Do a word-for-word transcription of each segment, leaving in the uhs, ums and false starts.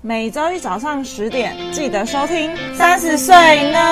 每周一早上十点记得收听三十岁呢。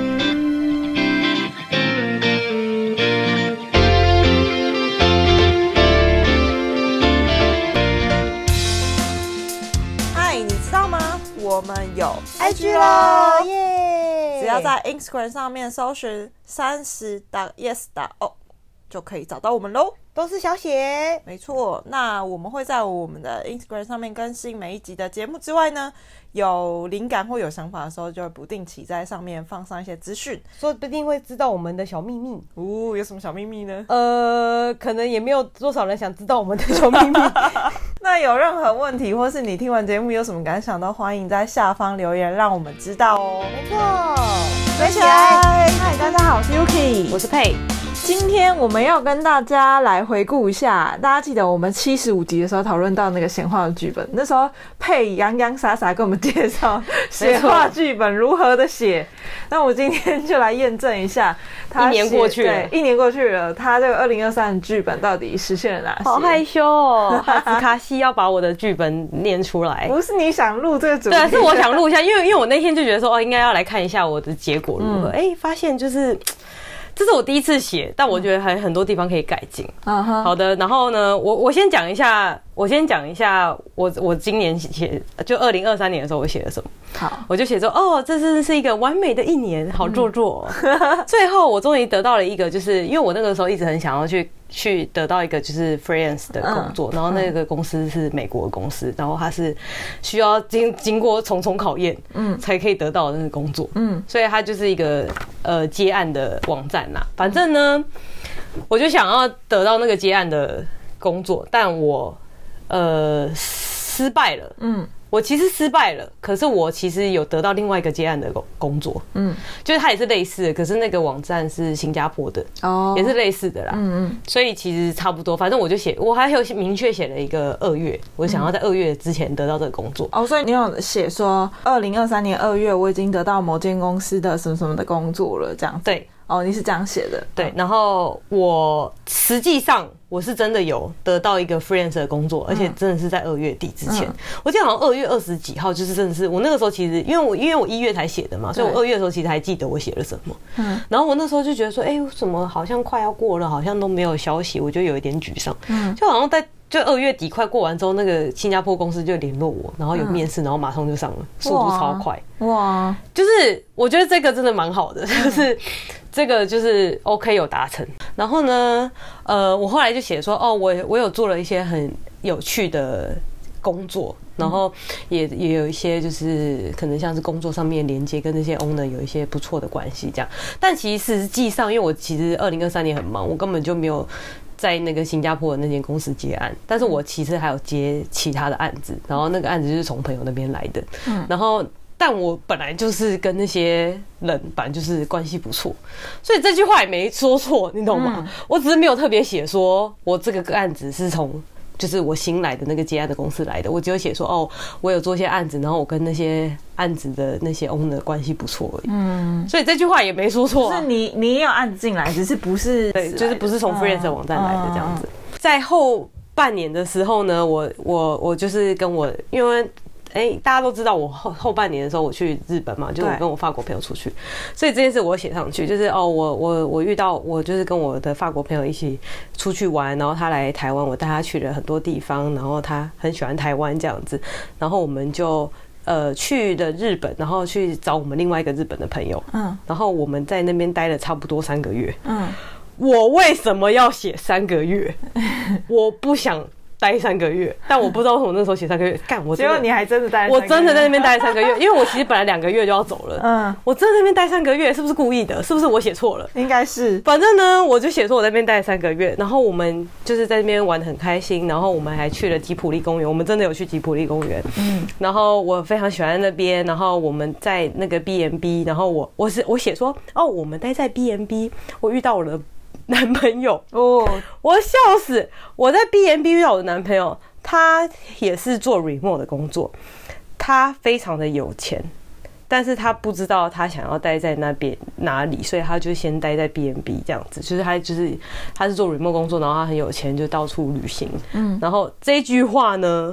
嗨，你知道吗？我们有 I G 咯，耶！只要在 Instagram 上面搜寻三十 yes o 就可以找到我们咯。 都是小写， 没错。那我们会在我们的 Instagram 上面更新每一集的节目之外呢，有灵感或有想法的时候，就会不定期在上面放上一些资讯， 说不定会知道我们的小秘密。 哦，有什么小秘密呢？ 呃，可能也没有多少人想知道我们的小秘密。 那有任何问题，或是你听完节目有什么感想，都欢迎在下方留言，让我们知道哦。 没错， 追起来！嗨，大家好，我是 Yuki， 我是佩。 今天我们要跟大家来回顾一下，大家记得我们七十五集的时候讨论到那个显化的剧本，那时候佩洋洋洒洒跟我们介绍显化剧本如何的写。那我今天就来验证一下，他一年过去了， 对，一年过去了，他这个二零二三的剧本到底实现了哪些？ 好害羞哦，哈兹卡西要把我的剧本念出来。 不是你想录这个主题， 对，是我想录一下，因为因为我那天就觉得说，哦，应该要来看一下我的结果如何。哎、嗯欸，发现就是。这是我第一次写，但我觉得还有很多地方可以改进。嗯哼，好的。然后呢，我我先讲一下，我先讲一下我我今年写，就二零二三年的时候我写了什么。好，我就写说，哦，这是是一个完美的一年，好做作、哦。最后我终于得到了一个，就是因为我那个时候一直很想要去去得到一个就是 freelance 的工作，嗯、然后那个公司是美国的公司，然后它是需要经经过重重考验，嗯，才可以得到的那个工作，嗯，所以它就是一个呃接案的网站啦。反正呢，我就想要得到那个接案的工作，但我呃失败了，嗯。我其实失败了，可是我其实有得到另外一个接案的工作，嗯，就是它也是类似的，可是那个网站是新加坡的，哦，也是类似的啦，嗯嗯，所以其实差不多，反正我就写，我还有明确写了一个二月，我想要在二月之前得到这个工作， 哦，所以你有写说二零二三年二月我已经得到某间公司的什么什么的工作了，这样子， 对。 哦，你是这样写的， 对。然后我实际上我是真的有得到一个 freelance 的工作，而且真的是在二月底之前。嗯、我记得好像二月二十几号，就是真的是我那个时候其实因为我因为我一月才写的嘛，所以我二月的时候其实还记得我写了什么。嗯。然后我那时候就觉得说，哎、欸，怎么好像快要过了，好像都没有消息，我就有一点沮丧。嗯。就好像在就二月底快过完之后，那个新加坡公司就联络我，然后有面试，然后马上就上了，速度超快。哇！就是我觉得这个真的蛮好的，就是。这个就是 OK 有达成，然后呢，呃，我后来就写说，哦，我我有做了一些很有趣的工作，然后也也有一些就是可能像是工作上面连接跟那些 owner 有一些不错的关系这样，但其实实际上，因为我其实二零二三年很忙，我根本就没有在那个新加坡的那间公司接案，但是我其实还有接其他的案子，然后那个案子就是从朋友那边来的，嗯，然后。但我本来就是跟那些人本来就是关系不错，所以这句话也没说错，你懂吗？嗯、我只是没有特别写说我这个案子是从就是我新来的那个接案的公司来的，我只有写说哦，我有做一些案子，然后我跟那些案子的那些 owner 关系不错而已。嗯，所以这句话也没说错、啊。 就是你你也有案子进来，只是不是对，就是不是从 freelance 网站来的这样子。嗯、在后半年的时候呢，我我我就是跟我因为。哎、欸，大家都知道我后后半年的时候我去日本嘛，就是我跟我法国朋友出去，所以这件事我写上去，就是哦，我我我遇到我就是跟我的法国朋友一起出去玩，然后他来台湾，我带他去了很多地方，然后他很喜欢台湾这样子，然后我们就呃去了日本，然后去找我们另外一个日本的朋友，嗯，然后我们在那边待了差不多三个月，嗯，我为什么要写三个月？我不想。待三个月，但我不知道为什么那时候写三个月，干我结果你还真的待， 我真的在那边待三个月，因为我其实本来两个月就要走了，嗯，我真的在那边待三个月，是不是故意的？是不是我写错了？ 应该是， 反正呢，我就写说我在那边待三个月，然后我们就是在那边玩得很开心，然后我们还去了吉普力公园，我们真的有去吉普力公园，嗯，然后我非常喜欢那边，然后我们在那个 B and B， 然后我我是我写说哦，我们待在 B and B， 我遇到我的男朋友哦，我笑死，我在 B and B 遇到我的男朋友。他也是做 remote 的工作，他非常的有钱，但是他不知道他想要待在那边哪里，所以他就先待在 B and B 这样子，就是他就是他是做 remote 工作，然后他很有钱，就到处旅行。嗯，然后这句话呢，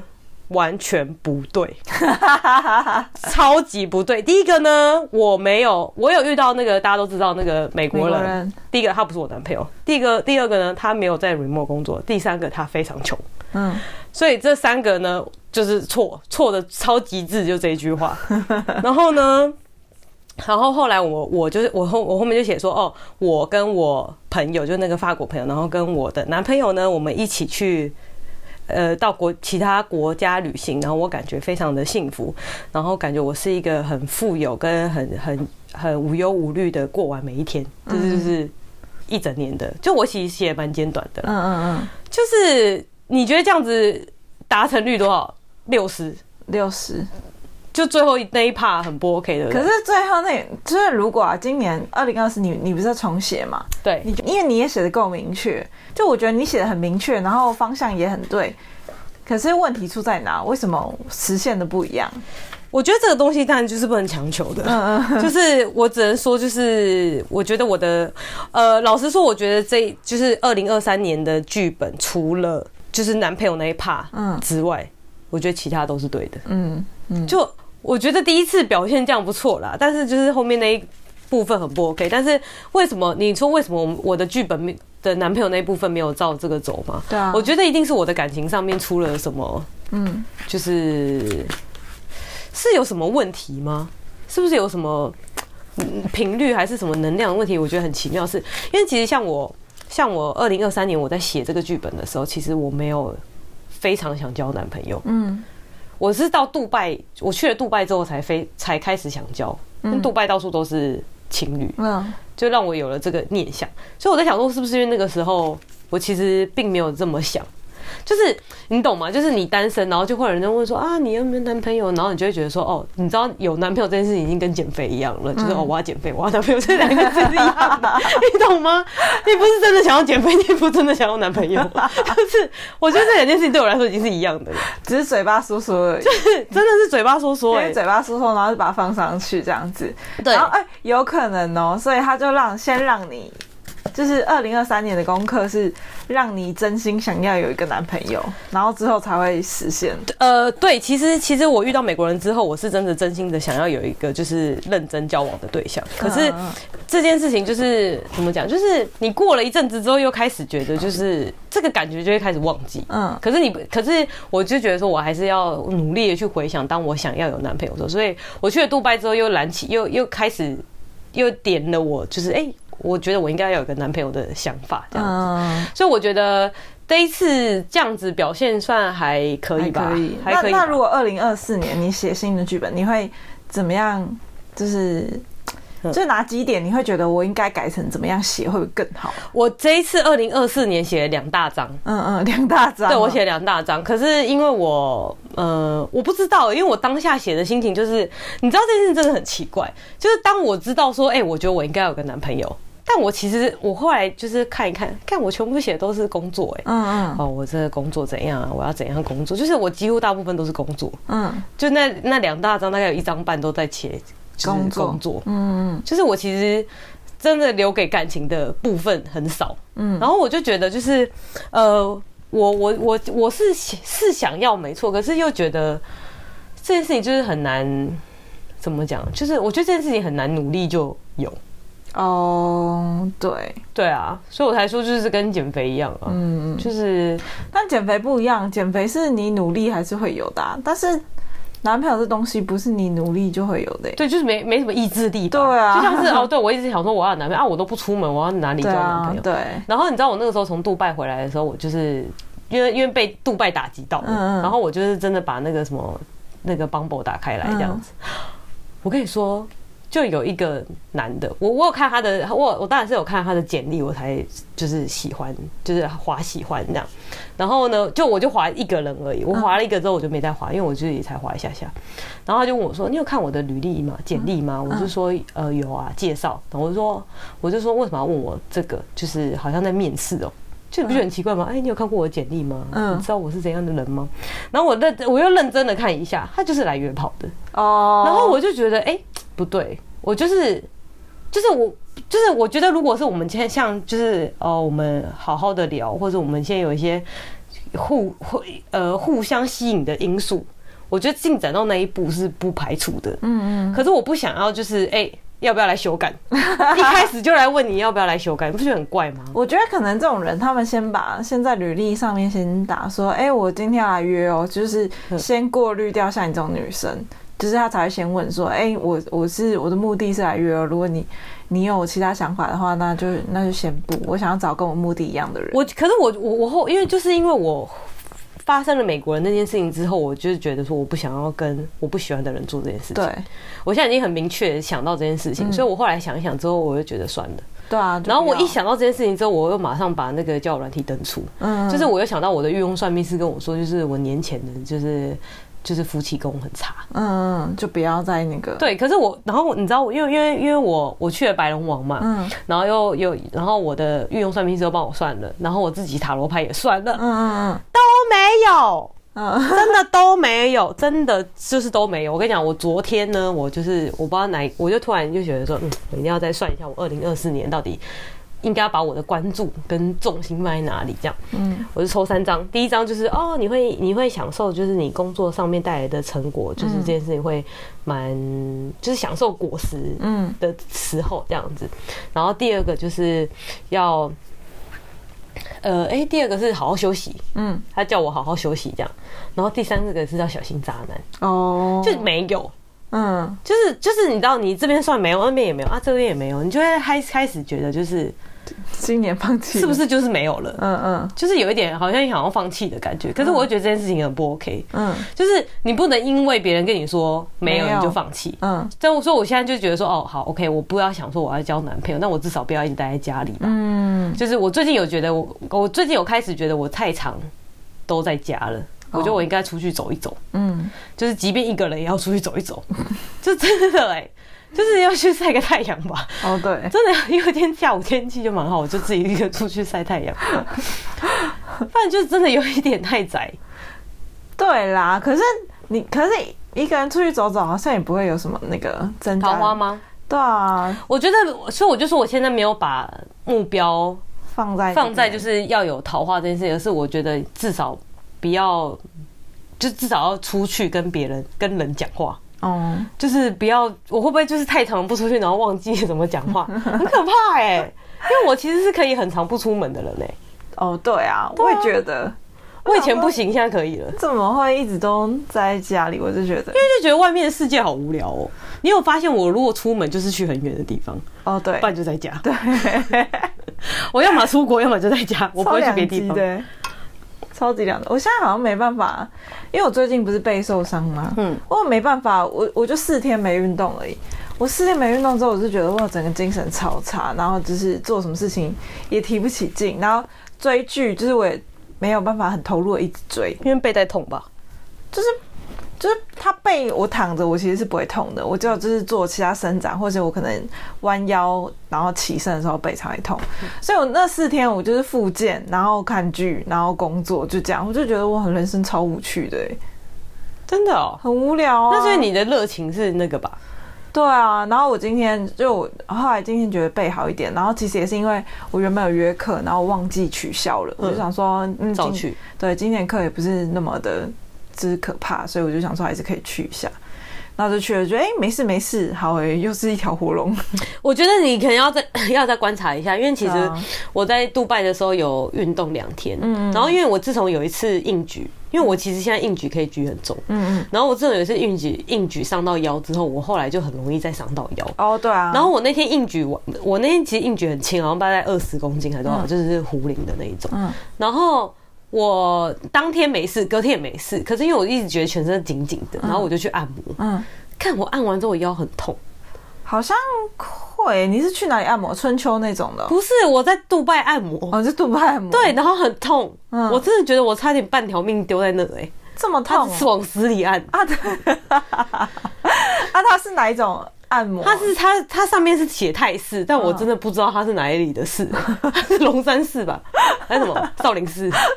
完全不对，超级不对。第一个呢，我没有，我有遇到那个大家都知道那个美国人。国人第一个他不是我男朋友，第一个第二个呢，他没有在 remote 工作，第三个他非常穷。嗯，所以这三个呢就是错错的超极致，就这一句话。然后呢，然后后来我我就是我后我后面就写说，哦，我跟我朋友就那个法国朋友，然后跟我的男朋友呢，我们一起去。呃，到国其他国家旅行，然后我感觉非常的幸福，然后感觉我是一个很富有跟很很很无忧无虑的过完每一天，这是就是一整年的，就我其实写蛮简短的啦，嗯嗯嗯，就是你觉得这样子达成率多少？六十， 六十。 就最后那一 part 很不 OK 的。 可是最后那就是如果啊，今年二零二四你你不是要重写嘛？ 对， 你因为你也写的够明确，就我觉得你写的很明确，然后方向也很对。可是问题出在哪？为什么实现的不一样？ 我觉得这个东西当然就是不能强求的，嗯嗯，就是我只能说，就是我觉得我的呃，老实说，我觉得这就是二零二三年的剧本，除了就是男朋友那一 part 之外，嗯，我觉得其他都是对的，嗯嗯，就。我觉得第一次表现这样不错啦，但是就是后面那一部分很不 OK。但是为什么你说为什么我的剧本的男朋友那一部分没有照这个走吗？ 对啊， 我觉得一定是我的感情上面出了什么，嗯，就是是有什么问题吗？是不是有什么频率还是什么能量的问题？我觉得很奇妙，是因为其实像我像我二零二三年我在写这个剧本的时候，其实我没有非常想交男朋友，嗯。我是到杜拜，我去了杜拜之后才飞，才开始想交。嗯，杜拜到处都是情侣，嗯，就让我有了这个念想。所以我在想说，是不是因为那个时候我其实并没有这么想，就是你懂吗？就是你单身，然后就会有人在问说啊，你有没有男朋友？然后你就会觉得说，哦，你知道有男朋友这件事情已经跟减肥一样了，就是哦，我要减肥，我要男朋友，这两个字是一样的，你懂吗？你不是真的想要减肥，你也不是真的想要男朋友，就是我觉得这两件事情对我来说已经是一样的了， 只是嘴巴说说而已， 就是真的是嘴巴说说， 因为嘴巴说说，然后就把它放上去这样子，对，然后哎、欸，有可能哦，所以他就让先让你。就是二零二三年的功课是让你真心想要有一个男朋友，然后之后才会实现。 呃，对，其实其实我遇到美国人之后，我是真的真心的想要有一个就是认真交往的对象。可是这件事情就是怎么讲，就是你过了一阵子之后，又开始觉得就是这个感觉就会开始忘记。嗯，可是你可是我就觉得说我还是要努力的去回想，当我想要有男朋友的时候，所以我去了杜拜之后，又燃起又又开始又点了我，就是哎。欸我觉得我应该要有个男朋友的想法，这样子，嗯、所以我觉得这一次这样子表现算还可以吧， 还可以。 还可以。 那, 那如果二零二四年你写新的剧本，你会怎么样？就是就哪几点你会觉得我应该改成怎么样写会不会更好？ 我这一次二零二四年写了两大章， 嗯嗯，两大章， 对我写两大章。可是因为我呃我不知道，因为我当下写的心情就是，你知道这件事真的很奇怪，就是当我知道说，哎、欸，我觉得我应该有个男朋友。但我其实我后来就是看一看，看我全部写的都是工作、欸，哎，嗯嗯，哦，我这个工作怎样啊？我要怎样工作？就是我几乎大部分都是工作，嗯，就那那两大章大概有一章半都在写就是工作，嗯嗯，就是我其实真的留给感情的部分很少，嗯，然后我就觉得就是呃，我我我我是是想要没错，可是又觉得这件事情就是很难怎么讲？就是我觉得这件事情很难努力就有。 哦、oh, ，对对啊，所以我才说就是跟减肥一样啊，嗯，就是， 但减肥不一样，减肥是你努力还是会有的、啊，但是男朋友这东西不是你努力就会有的、欸， 对，就是没没什么意志力吧， 对啊， 就像是哦，对我一直想说我要有男朋友啊，我都不出门，我要哪里交男朋友？ 对、啊，对。 然后你知道我那个时候从杜拜回来的时候，我就是因为因为被杜拜打击到了，嗯嗯，然后我就是真的把那个什么那个 Bumble 打开来这样子，嗯、我跟你说。就有一个男的，我我有看他的，我我当然是有看他的简历，我才就是喜欢，就是滑喜欢这样。然后呢，就我就滑一个人而已，我滑了一个之后我就没再滑，因为我自己才滑一下下。然后他就问我说：“你有看我的履历吗？简历吗？”我就说：“呃，有啊，介绍。”然后我就说：“我就说为什么要问我这个？就是好像在面试哦。”就你不觉得很奇怪吗？哎、欸，你有看过我的简历吗？嗯，你知道我是怎样的人吗？然后我认我又认真的看一下，他就是来约炮的哦。然后我就觉得，哎、欸，不对，我就是就是我就是我觉得，如果是我们现在像就是呃，我们好好的聊，或者我们现在有一些互互呃互相吸引的因素，我觉得进展到那一步是不排除的。嗯嗯。可是我不想要就是哎、欸、要不要来修改，一开始就来问你要不要来修改，你不觉得很怪吗？ 我觉得可能这种人，他们先把先在履历上面先打说，哎、欸，我今天要来约哦，就是先过滤掉像你这种女生。就是他才会先问说，哎、欸，我我是我的目的是来约哦，如果你你有其他想法的话，那就那就先不，我想要找跟我目的一样的人。 我可是我我我后，因为就是因为我发生了美国人那件事情之后，我就是觉得说我不想要跟我不喜欢的人做这件事情。 对， 我现在已经很明确想到这件事情、嗯，所以我后来想一想之后，我就觉得算了。 对啊， 然后我一想到这件事情之后，我又马上把那个交友软体登出。嗯，就是我又想到我的御用算命师跟我说，就是我年前的，就是。就是夫妻宫很差， 嗯，就不要在那个对。可是我，然后你知道，因为因为因为我我去了白龙王嘛，嗯，然后又又然后我的御用算命师又帮我算了，然后我自己塔罗牌也算了，嗯嗯嗯，都没有，嗯，真的都没有，真的就是都没有。我跟你讲，我昨天呢，我就是我不知道哪，我就突然就觉得说，嗯，我一定要再算一下我二零二四年到底。应该要把我的关注跟重心放在哪里？这样，嗯，我就抽三张。第一张就是哦，你会你会享受，就是你工作上面带来的成果，就是这件事情会蛮，就是享受果实的时候这样子。然后第二个就是要，呃，哎、欸，第二个是好好休息，嗯，他叫我好好休息这样。然后第三个是要小心渣男，哦，就没有。嗯，就是就是你知道，你这边算没有，那边也没有啊，这边也没有，你就会开开始觉得就是今年放弃， 是不是就是没有了？嗯嗯，就是有一点好像想要放弃的感觉。可是我会觉得这件事情很不 OK。嗯，就是你不能因为别人跟你说没有你就放弃。嗯，所以我说我现在就觉得说，哦，好 OK， 我不要想说我要交男朋友，但我至少不要一直待在家里吧。嗯，就是我最近有觉得我我最近有开始觉得我太常都在家了。我觉得我应该出去走一走，嗯，就是即便一个人也要出去走一走，就真的哎、欸，就是要去晒个太阳吧。 哦，对， 真的，因为今天下午天气就蛮好，我就自己一个出去晒太阳，不然就真的有一点太宅。 对啦，可是你可是一个人出去走走，好像也不会有什么那个增加桃花吗？ 对啊， 我觉得，所以我就说我现在没有把目标放在放在就是要有桃花这件事情，而是我觉得至少。不要，就至少要出去跟别人、跟人讲话。哦、嗯，就是不要，我会不会就是太常不出去，然后忘记怎么讲话，很可怕哎、欸。因为我其实是可以很常不出门的人哎、欸。 哦，对啊，我也觉得， 我以前不行，现在可以了。 怎么会一直都在家里？我就觉得， 因为就觉得外面的世界好无聊哦。你有发现我如果出门就是去很远的地方？ 哦，对， 不然就在家。 对， 我要么出国，要么就在家，我不会去别的地方。 超级凉的，我现在好像没办法，因为我最近不是背受伤吗？嗯，我没办法，我我就四天没运动而已。我四天没运动之后，我就觉得哇，整个精神超差，然后就是做什么事情也提不起劲，然后追剧就是我也没有办法很投入的一直追， 因为背在痛吧， 就是就是他背我躺着，我其实是不会痛的，我只有就是做其他伸展，或者我可能弯腰然后起身的时候背才会痛，所以我那四天我就是复健，然后看剧，然后工作，就这样，我就觉得我很人生超无趣的、欸， 真的哦， 很无聊啊。 那所以你的热情是那个吧？ 对啊，然后我今天就我后来今天觉得背好一点，然后其实也是因为我原本有约课，然后忘记取消了，嗯、我就想说，嗯， 早去。 对，今天课也不是那么的。之可怕，所以我就想说还是可以去一下，然后就去了，觉得哎、欸、没事没事，好哎、欸，又是一条活龙。 我觉得你可能要再要再观察一下，因为其实我在杜拜的时候有运动两天，嗯，然后因为我自从有一次硬举，因为我其实现在硬举可以举很重，嗯嗯，然后我自从有一次硬举硬举伤到腰之后，我后来就很容易再伤到腰。 哦，对啊。 然后我那天硬举，我我那天其实硬举很轻，好像大概二十公斤还多少，嗯、就是壶铃的那一种，嗯，然后。我当天没事，隔天也没事，可是因为我一直觉得全身紧紧的，然后我就去按摩。嗯，看我按完之后，我腰很痛， 好像会。你是去哪里按摩？春秋那种的？ 不是，我在杜拜按摩。 哦，在杜拜按摩。 对，然后很痛，嗯，我真的觉得我差点半条命丢在那哎、欸， 这么痛、 喔，是往死里按啊！对，啊，它是哪一种？按摩， 它是它它上面是写泰式，但我真的不知道它是哪里的市，它是龙山市吧，还是什么少林寺？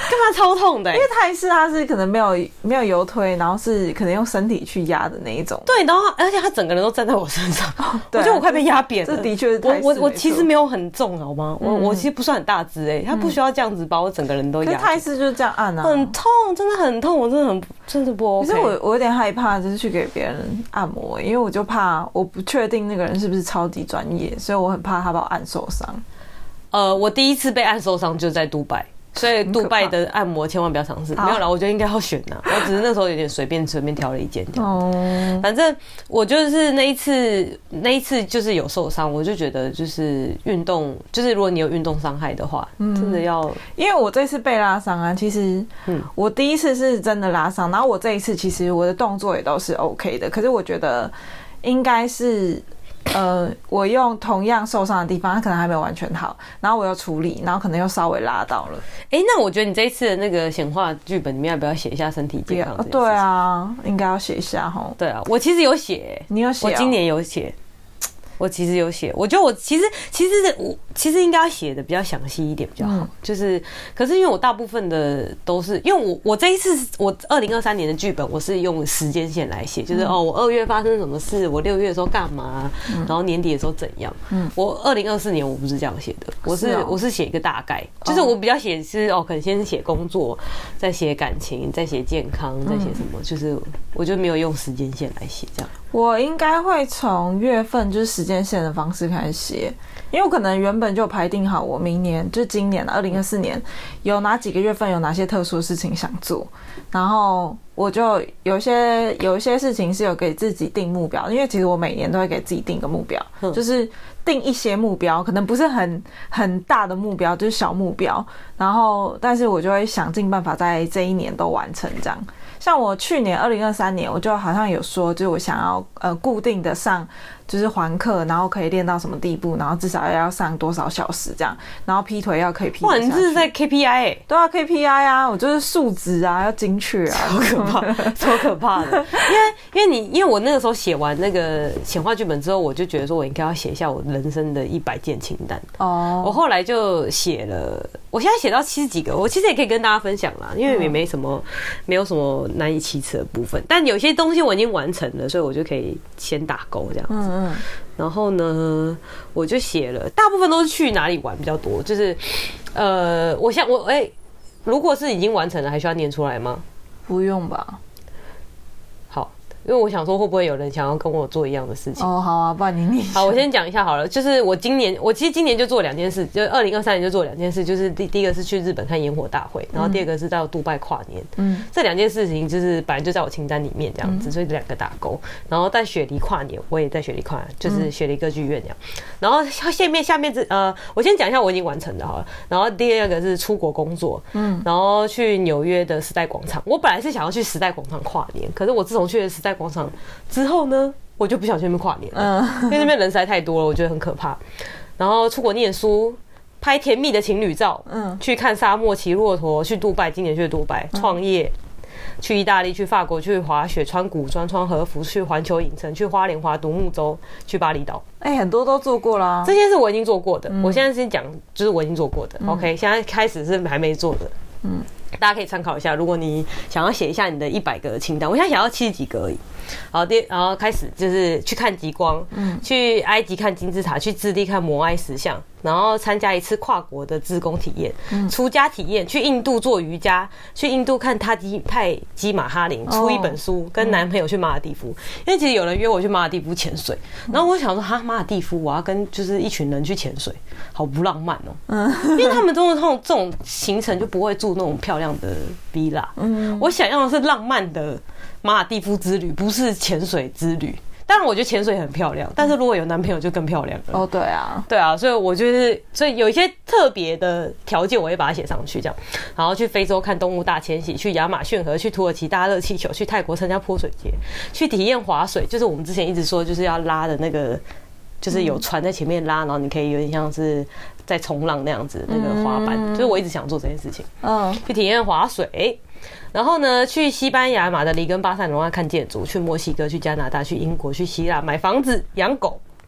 嘛超痛的、欸？ 因为泰式它是可能没有没有油推，然后是可能用身体去压的那一种。 对，然后而且他整个人都站在我身上，哦、我觉得我快被压扁了。 这的确是泰式。 我我我其实没有很重，好吗？嗯、我我其实不算很大只哎、欸，他不需要这样子把我整个人都压。 泰式就是这样按啊， 很痛，真的很痛，我真的很真的不 OK。 可是我我有点害怕，就是去给别人按摩、欸，因为我就怕我不确定那个人是不是超级专业，所以我很怕他把我按受伤。 呃，我第一次被按受伤就在杜拜。所以杜拜的按摩千万不要尝试，没有啦，我觉得应该要选呐。我只是那时候有点随便随便挑了一间这样。哦，反正我就是那一次那一次就是有受伤，我就觉得就是运动，就是如果你有运动伤害的话，嗯、真的要。 因为我这次被拉伤啊，其实我第一次是真的拉伤，然后我这一次其实我的动作也都是 OK 的，可是我觉得应该是。呃，我用同样受伤的地方，它可能还没有完全好，然后我又处理，然后可能又稍微拉到了。 哎、欸，那我觉得你这一次的那个显化剧本里面要不要写一下身体健康？ 对啊，应该要写一下齁。 对啊，我其实有写、欸， 你有写、喔？ 我今年有写。我其实有写，我觉得我其实其实我其实应该要写的比较详细一点比较好，嗯、就是可是因为我大部分的都是因为我我这一次我二零二三年的剧本我是用时间线来写，就是、嗯、哦我二月发生什么事，我六月的时候干嘛，嗯、然后年底的时候怎样。嗯，我二零二四年我不是这样写的，我是, 是、哦、我是写一个大概，就是我比较写是哦可能先写工作，再写感情，再写健康，再写什么，嗯、就是我就没有用时间线来写这样。 我应该会从月份就是时间线的方式开始写，因为我可能原本就排定好我明年就是今年二零二四年有哪几个月份有哪些特殊的事情想做，然后我就有些有一些事情是有给自己定目标，因为其实我每年都会给自己定个目标，嗯、就是定一些目标，可能不是很很大的目标，就是小目标，然后但是我就会想尽办法在这一年都完成这样。像我去年二零二三年，我就好像有说，就是我想要呃固定的上就是环课，然后可以练到什么地步，然后至少要上多少小时这样，然后劈腿要可以劈得下去。 哇，你这是在 K P I 哎、欸？ 对啊 ，K P I 啊，我就是数值啊，要精确啊， 超可怕，超可怕的。因为因为你因为我那个时候写完那个显化剧本之后，我就觉得说我应该要写一下我人生的一百件清单。哦，我后来就写了，我现在写到七十几个，我其实也可以跟大家分享啦，因为也没什么、嗯、没有什么难以启齿的部分，但有些东西我已经完成了，所以我就可以先打勾这样子。嗯嗯。然后呢，我就写了，大部分都是去哪里玩比较多，就是，呃，我想我哎、欸，如果是已经完成了，还需要念出来吗？ 不用吧。 好。因为我想说，会不会有人想要跟我做一样的事情？ 哦，好啊，不然你念。 好，我先讲一下好了。就是我今年，我其实今年就做两件事，就二零二三年就做两件事，就是第第一个是去日本看烟火大会，然后第二个是到杜拜跨年。嗯，这两件事情就是本来就在我清单里面这样子，所以两个打勾。然后在雪梨跨年，我也在雪梨跨年，就是雪梨歌剧院这样。然后下面下面这呃，我先讲一下我已经完成的好了。然后第二个是出国工作，嗯，然后去纽约的时代广场。我本来是想要去时代广场跨年，可是我自从去了时代广场之后呢，我就不想去那边跨年了，嗯、因为那边人实在太多了，我觉得很可怕。然后出国念书，拍甜蜜的情侣照，嗯，去看沙漠、骑骆驼，去杜拜，今年去杜拜创业，去意大利、去法国、去滑雪、穿古装、穿和服，去环球影城、去花莲滑独木舟、去巴厘岛。 哎、欸，很多都做过啦， 这些是我已经做过的。嗯、我现在是讲，就是我已经做过的。嗯、OK， 现在开始是还没做的。嗯，大家可以参考一下。如果你想要写一下你的一百个清单，我现在想要七十几个而已。好，第然后开始就是去看极光，嗯，去埃及看金字塔，去智利看摩埃石像，然后参加一次跨国的志工体验，嗯，出家体验，去印度做瑜伽，去印度看塔吉泰姬玛哈林，出一本书，跟男朋友去马尔地夫。因为其实有人约我去马尔地夫潜水，然后我想说哈马尔地夫我要跟就是一群人去潜水，好不浪漫哦，嗯，因为他们这种这种行程就不会住那种漂亮的 villa，嗯，我想要的是浪漫的马尔地夫之旅，不是潜水之旅。当然，我觉得潜水很漂亮，但是如果有男朋友就更漂亮了。 哦，对啊， 对啊，所以我觉得，所以有一些特别的条件，我会把它写上去，这样。然后去非洲看动物大迁徙，去亚马逊河，去土耳其搭热气球，去泰国参加泼水节，去体验划水，就是我们之前一直说就是要拉的那个，就是有船在前面拉，然后你可以有点像是在冲浪那样子那个滑板，就是我一直想做这件事情。嗯，去体验划水。然后呢，去西班牙马德里跟巴塞罗那看建筑，去墨西哥、去加拿大、去英国、去希腊买房子、养狗，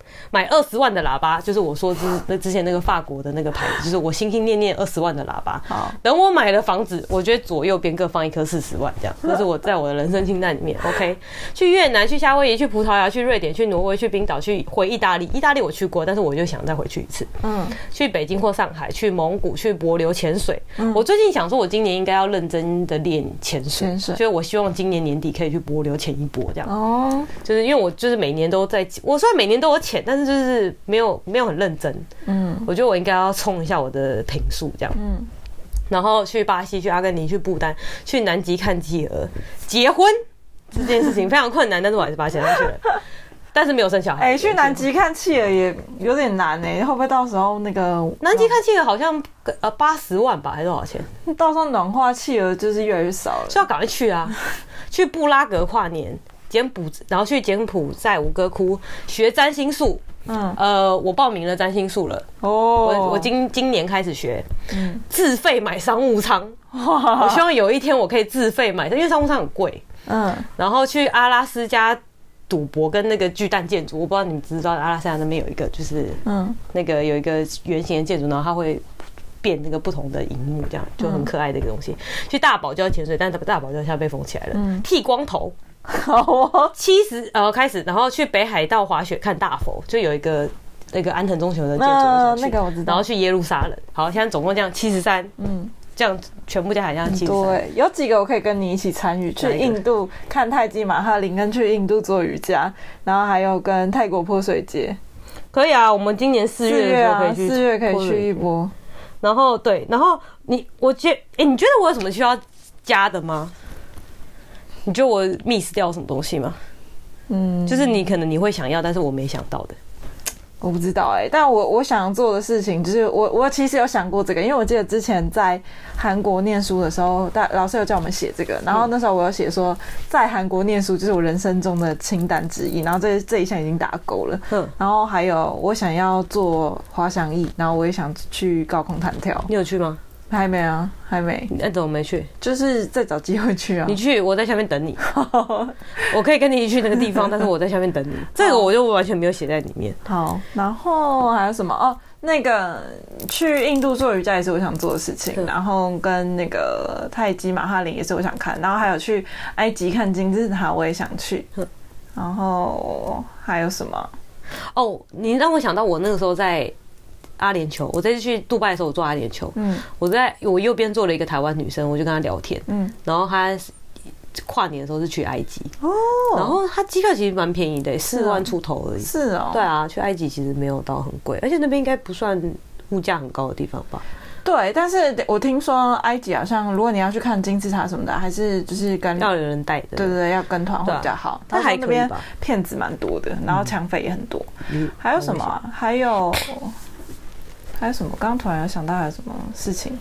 买二十万的喇叭，就是我说之那之前那个法国的那个牌子，就是我心心念念二十万的喇叭。 好， 等我买了房子，我觉得左右边各放一颗四十万，这样，这是我在我的人生清单里面。OK， 去越南、去夏威夷、去葡萄牙、去瑞典、去挪威、去冰岛、去回意大利。意大利我去过，但是我就想再回去一次。嗯，去北京或上海，去蒙古、去帛琉潜水。嗯，我最近想说，我今年应该要认真的练潜水，潜水，所以我希望今年年底可以去帛琉潜一波，这样。哦，就是因为我就是每年都在，我虽然每年都有潜，但是就是没有没有很认真。嗯，我觉得我应该要冲一下我的品数，这样。嗯，然后去巴西、去阿根廷、去不丹、去南极看企鹅。结婚这件事情非常困难，但是我还是把它写上去了。但是没有生小孩。 哎、欸，去南极看企鹅也有点难哎、欸，会不会到时候那个南极看企鹅好像呃八十万吧，还是多少钱？ 到时候暖化企鹅就是越来越少了， 就要赶快去啊！去布拉格跨年，柬埔然后去柬埔寨吴哥窟学占星术。嗯，呃，我报名了占星术了。哦，我我今今年开始学，嗯，自费买商务舱。我希望有一天我可以自费买，因为商务舱很贵。嗯，然后去阿拉斯加赌博跟那个巨蛋建筑，我不知道你们知道，阿拉斯加那边有一个就是嗯，那个有一个圆形的建筑，然后它会变那个不同的荧幕，这样就很可爱的一个东西。去大堡礁潜水，但大堡礁现在被封起来了。嗯，剃光头。好哦，七十呃开始，然后去北海道滑雪看大佛，就有一个那个安藤忠雄的建筑， 呃，那个我知道。 然后去耶路撒冷，好，现在总共这样七十三，嗯，这样全部加起来这样七十三。 对，有几个我可以跟你一起参与，去印度看泰姬玛哈陵，跟去印度做瑜伽，然后还有跟泰国泼水节。 可以啊，我们今年四月的时候可以去， 四月可以去一波。 然后对，然后你，我觉得，哎，你觉得我有什么需要加的吗？你觉得我 miss 掉什么东西吗？嗯，就是你可能你会想要，但是我没想到的。 我不知道哎、欸，但我我想做的事情就是我我其实有想过这个，因为我记得之前在韩国念书的时候，大老师有叫我们写这个，然后那时候我有写说在韩国念书就是我人生中的清单之一，然后这这一项已经打勾了。嗯，然后还有我想要做滑翔翼，然后我也想去高空弹跳。 你有去吗？ 还没啊，还没。 那怎么没去？ 就是再找机会去啊。 你去，我在下面等你。我可以跟你一起去那个地方，但是我在下面等你。这个我就完全没有写在里面。 好，然后还有什么？哦，那个去印度做瑜伽也是我想做的事情，嗯、然后跟那个泰姬玛哈陵也是我想看，然后还有去埃及看金字塔我也想去。嗯、然后还有什么？ 哦，你让我想到我那个时候在阿联酋，我这次去杜拜的时候，我做阿联酋，嗯，我在我右边坐了一个台湾女生，我就跟她聊天，嗯，然后她跨年的时候是去埃及，哦，然后她机票其实蛮便宜的，四万出头而已， 是哦， 对啊，去埃及其实没有到很贵，而且那边应该不算物价很高的地方吧？ 对，但是我听说埃及好像，如果你要去看金字塔什么的，还是就是跟要有人带的， 对对对，要跟团会比较好。 他还那边骗子蛮多的，然后抢匪也很多。嗯，还有什么、啊？还有。还有什么？刚刚突然有想到还有什么事情？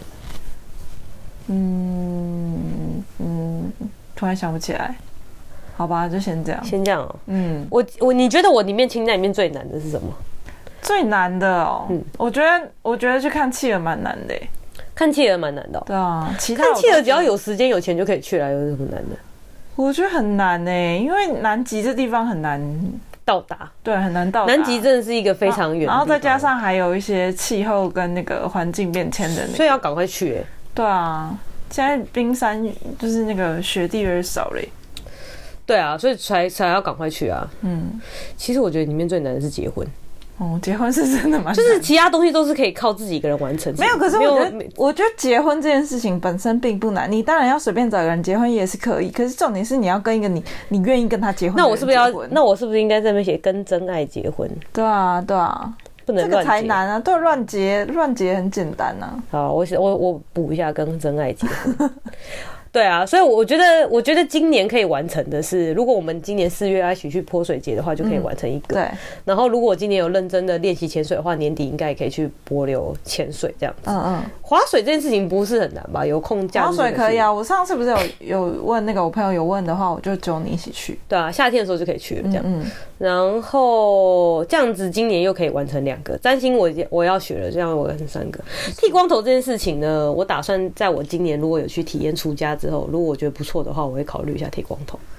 嗯嗯，突然想不起来。好吧，就先这样。 先这样哦。嗯，我我你觉得我里面清单里面最难的是什么？ 最难的哦，嗯，我觉得我觉得去看企鹅蛮难的。 看企鹅蛮难的、哦。 对啊，其他看企鹅只要有时间有钱就可以去了，有什么难的？ 我觉得很难哎，因为南极这地方很难到达， 对，很难到达。 南极真的是一个非常远的地方， 然后再加上还有一些气候跟那个环境变迁的、那個， 所以要赶快去、欸。 对啊，现在冰山就是那个雪地越来越少嘞。 对啊，所以才才要赶快去啊。嗯，其实我觉得里面最难的是结婚。 哦，结婚是真的蛮难的， 就是其他东西都是可以靠自己一个人完成。 没有，可是我觉得，我觉得结婚这件事情本身并不难。你当然要随便找个人结婚也是可以，可是重点是你要跟一个你你愿意跟他结婚的人结婚。那我是不是要？ 那我是不是应该在那边写跟真爱结婚？ 对啊，对啊， 不能乱结，这个才难啊！对，乱结乱结很简单啊。 好，我我我补一下跟真爱结婚。对啊，所以我觉得，我觉得今年可以完成的是，如果我们今年四月要一起去泼水节的话，就可以完成一个。嗯、对。然后，如果我今年有认真的练习潜水的话，年底应该也可以去帛琉潜水这样子。嗯嗯。滑水这件事情不是很难吧？有空假日。 滑水可以啊，我上次不是有有问那个我朋友有问的话，我就揪你一起去。 对啊，夏天的时候就可以去了这样。嗯嗯。然后这样子，今年又可以完成两个占星我，我我要学了，这样我完成三个。剃光头这件事情呢，我打算在我今年如果有去体验出家之后，如果我觉得不错的话，我会考虑一下剃光头。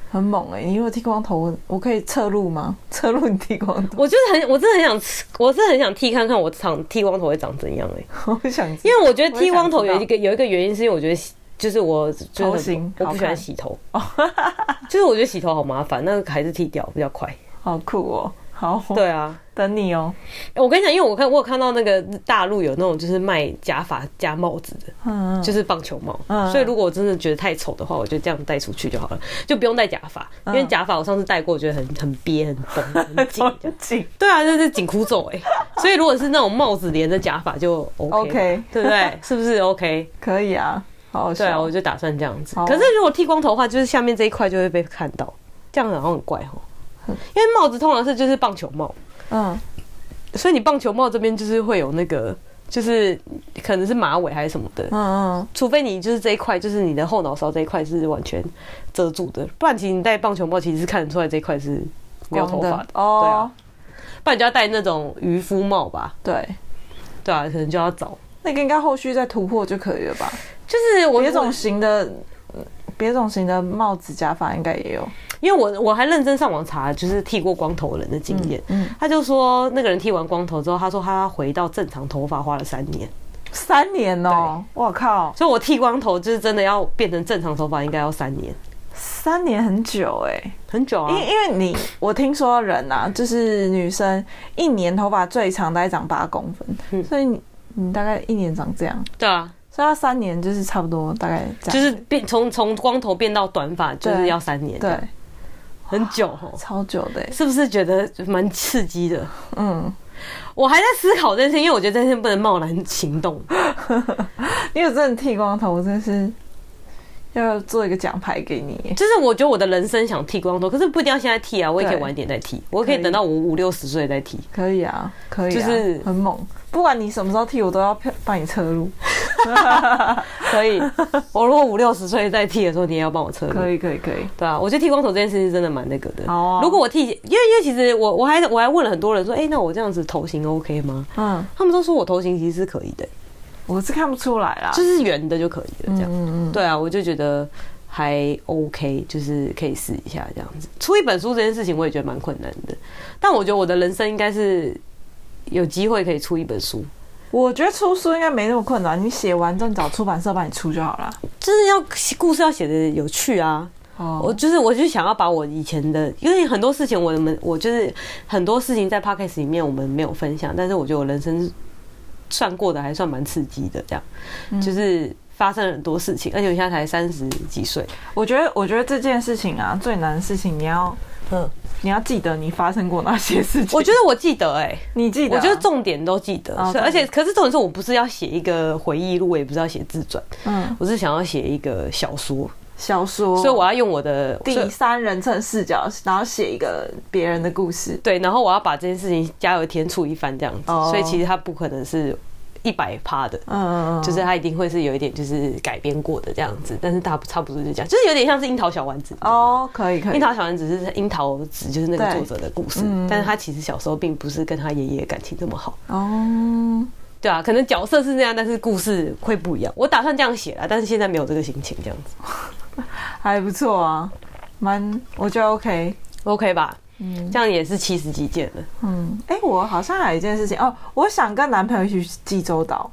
很猛哎、欸！你如果剃光头，我我可以侧录吗？侧录你剃光头？ 我就是很，我真的很想，我真的很想剃看看我长剃光头会长怎样哎、 欸！我想， 因为我觉得剃光头有一个有一个原因，是因为我觉得就是我头型， 我不喜欢洗头，就是我觉得洗头好麻烦，那个还是剃掉比较快。 好酷哦！好， 对啊， 等你哦。 我跟你讲，因为我看我有看到那个大陆有那种就是卖假发加帽子的，嗯，就是棒球帽，嗯，所以如果我真的觉得太丑的话，我就这样戴出去就好了，就不用戴假发，因为假发我上次戴过，我觉得很很憋、很绷、很紧，紧。对啊，这是紧箍咒哎。所以如果是那种帽子连着假发就 OK，, OK 对不对？是不是 OK？ 可以啊，好好笑。 对啊，我就打算这样子。可是如果剃光头的话，就是下面这一块就会被看到，这样好像很怪哦。因为帽子通常是就是棒球帽。嗯，所以你棒球帽这边就是会有那个，就是可能是马尾还是什么的，嗯嗯，除非你就是这一块，就是你的后脑勺这一块是完全遮住的，不然其实你戴棒球帽其实是看得出来这一块是没有头发的，哦，对啊，不然你就要戴那种渔夫帽吧， 对， 对啊，可能就要找那个应该后续再突破就可以了吧， 就是我别种型的。别种型的帽子假发应该也有， 因为我我还认真上网查，就是剃过光头人的经验。嗯，嗯他就说那个人剃完光头之后，他说他回到正常头发花了三年， 三年哦，我靠！ 所以我剃光头就是真的要变成正常头发，应该要三年。 三年很久哎、欸， 很久啊！ 因为因为你我听说人啊，就是女生一年头发最长大概长八公分，嗯、所以你你大概一年长这样。 对啊。 所以要三年，就是差不多，大概这样就是变从从光头变到短发，就是要三年，对，很久哦， 超久的， 是不是觉得蛮刺激的？嗯，我还在思考这件事，因为我觉得这件事不能贸然行动。 因为我真的剃光头，我真的是要做一个奖牌给你。 就是我觉得我的人生想剃光头，可是不一定要现在剃啊，我也可以晚一点再剃，我可以等到我五六十岁再剃。 可以啊，可以啊，就是很猛。不管你什么时候剃，我都要帮你侧录。 可以，我如果五六十岁再剃的时候，你也要帮我侧录。 可以，可以，可以。 对啊，我觉得剃光头这件事情真的蛮那个的。 好啊。 如果我剃，因为因为其实我我还我还问了很多人说，哎、欸，那我这样子头型 OK 吗？嗯，他们都说我头型其实是可以的。 我是看不出来啦， 就是圆的就可以了，这样。嗯嗯。对啊，我就觉得还 OK， 就是可以试一下这样子。出一本书这件事情，我也觉得蛮困难的，但我觉得我的人生应该是有机会可以出一本书。 我觉得出书应该没那么困难，你写完之后你找出版社帮你出就好了。 就是要故事要写的有趣啊。哦，我就是我就想要把我以前的，因为很多事情我们我就是很多事情在 podcast 里面我们没有分享，但是我觉得我人生算过的还算蛮刺激的，这样、嗯、就是发生了很多事情，而且我现在才三十几岁。 我觉得我觉得这件事情啊，最难的事情你要嗯。你要记得你发生过哪些事情。 我觉得我记得哎、欸， 你记得、啊？ 我觉得重点都记得，哦、而且可是重点是我不是要写一个回忆录，我也不是要写自传，嗯，我是想要写一个小说。 小说， 所以我要用我的第三人称视角，然后写一个别人的故事。 对，然后我要把这件事情加油添醋一番这样子，哦、所以其实它不可能是一百趴的，嗯，就是它一定会是有一点就是改编过的这样子，但是它差不多就这样，就是有点像是樱桃小丸子哦，可以可以， 樱桃小丸子是樱桃子，就是那个作者的故事，嗯、但是他其实小时候并不是跟他爷爷感情这么好哦。对啊，可能角色是那样，但是故事会不一样。我打算这样写啦，但是现在没有这个心情，这样子还不错啊，蛮我觉得 OK OK 吧，嗯，这样也是七十几件了。 嗯，哎、欸，我好像还有一件事情哦，我想跟男朋友一起去济州岛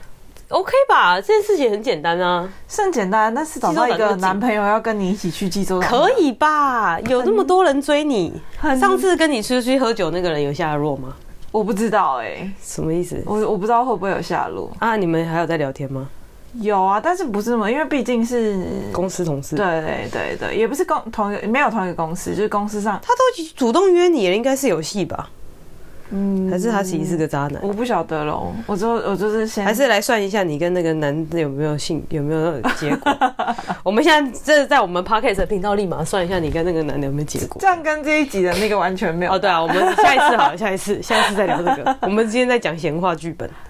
，OK 吧？这件事情很简单啊， 是很简单，但是找到一个男朋友要跟你一起去济州岛， 可以吧？有那么多人追你，上次跟你出去喝酒那个人有下落吗？ 我不知道哎、欸， 什么意思？ 我我不知道会不会有下落啊？你们还有在聊天吗？ 有啊，但是不是嘛？因为毕竟是公司同事， 对对对对，也不是公同一个，没有同一个公司，就是公司上他都主动约你了，应该是有戏吧？嗯，还是他其实是个渣男？ 我不晓得咯，我就我就是先还是来算一下你跟那个男的有没有性有没有结果？我们现在这在我们 podcast 的频道立马算一下你跟那个男的有没有结果？ 这样跟这一集的那个完全没有哦。对啊，我们下一次好了，下一次下一次再聊这个。我们今天在讲闲话剧本。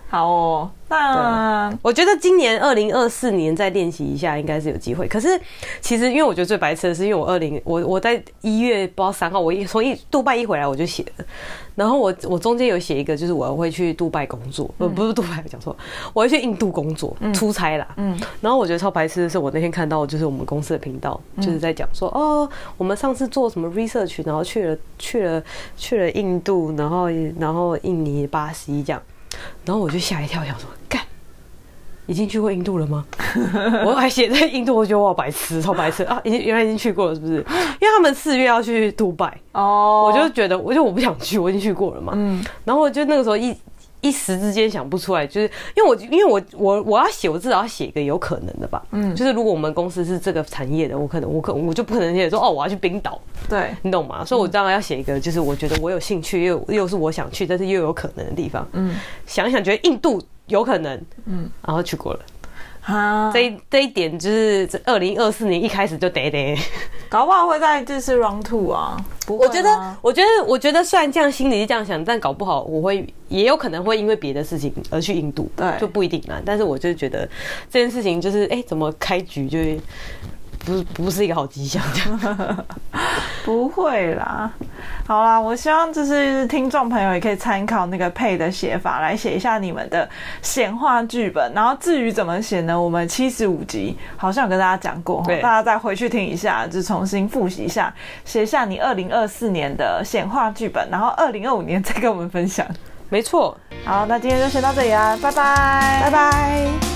好哦，那我觉得今年二零二四年再练习一下，应该是有机会。可是其实因为我觉得最白痴的是，因为我二零我我在一月不知道三号，我一从一杜拜一回来我就写了，然后我我中间有写一个，就是我会去杜拜工作，嗯、不是杜拜讲错，我会去印度工作、嗯、出差啦。嗯，然后我觉得超白痴的是，我那天看到就是我们公司的频道，就是在讲说、嗯、哦，我们上次做什么 research， 然后去了去了去了印度，然后然后印尼、巴西这样。然后我就吓一跳，想说，干，已经去过印度了吗？我还写在印度，我觉得我好白痴，超白痴啊！已经原来已经去过了，是不是？因为他们四月要去杜拜哦，我就觉得，我就我不想去，我已经去过了嘛。嗯，然后我就那个时候一一时之间想不出来，就是因为我因为我我我要写，我至少要写一个有可能的吧。嗯，就是如果我们公司是这个产业的，我可能我可我就不可能写说哦我要去冰岛， 对， 你懂吗？所以我当然要写一个，就是我觉得我有兴趣，又又是我想去，但是又有可能的地方。嗯，想一想觉得印度有可能，嗯，然后去过了。啊，这一这一点就是二零二四年一开始就得得， 搞不好会在这次 round two 啊。不会我觉得，我觉得，我觉得虽然这样心里是这样想，但搞不好我会也有可能会因为别的事情而去印度，对，就不一定啦。但是我就觉得这件事情就是，哎、欸，怎么开局就不是不是一个好迹象， 不会啦。好啦，我希望就是听众朋友也可以参考那个配的写法来写一下你们的显化剧本，然后至于怎么写呢，我们七十五集好像有跟大家讲过，大家再回去听一下，就重新复习一下，写下你二零二四年的显化剧本，然后二零二五年再跟我们分享。 没错。 好，那今天就先到这里啦，拜拜， 拜拜。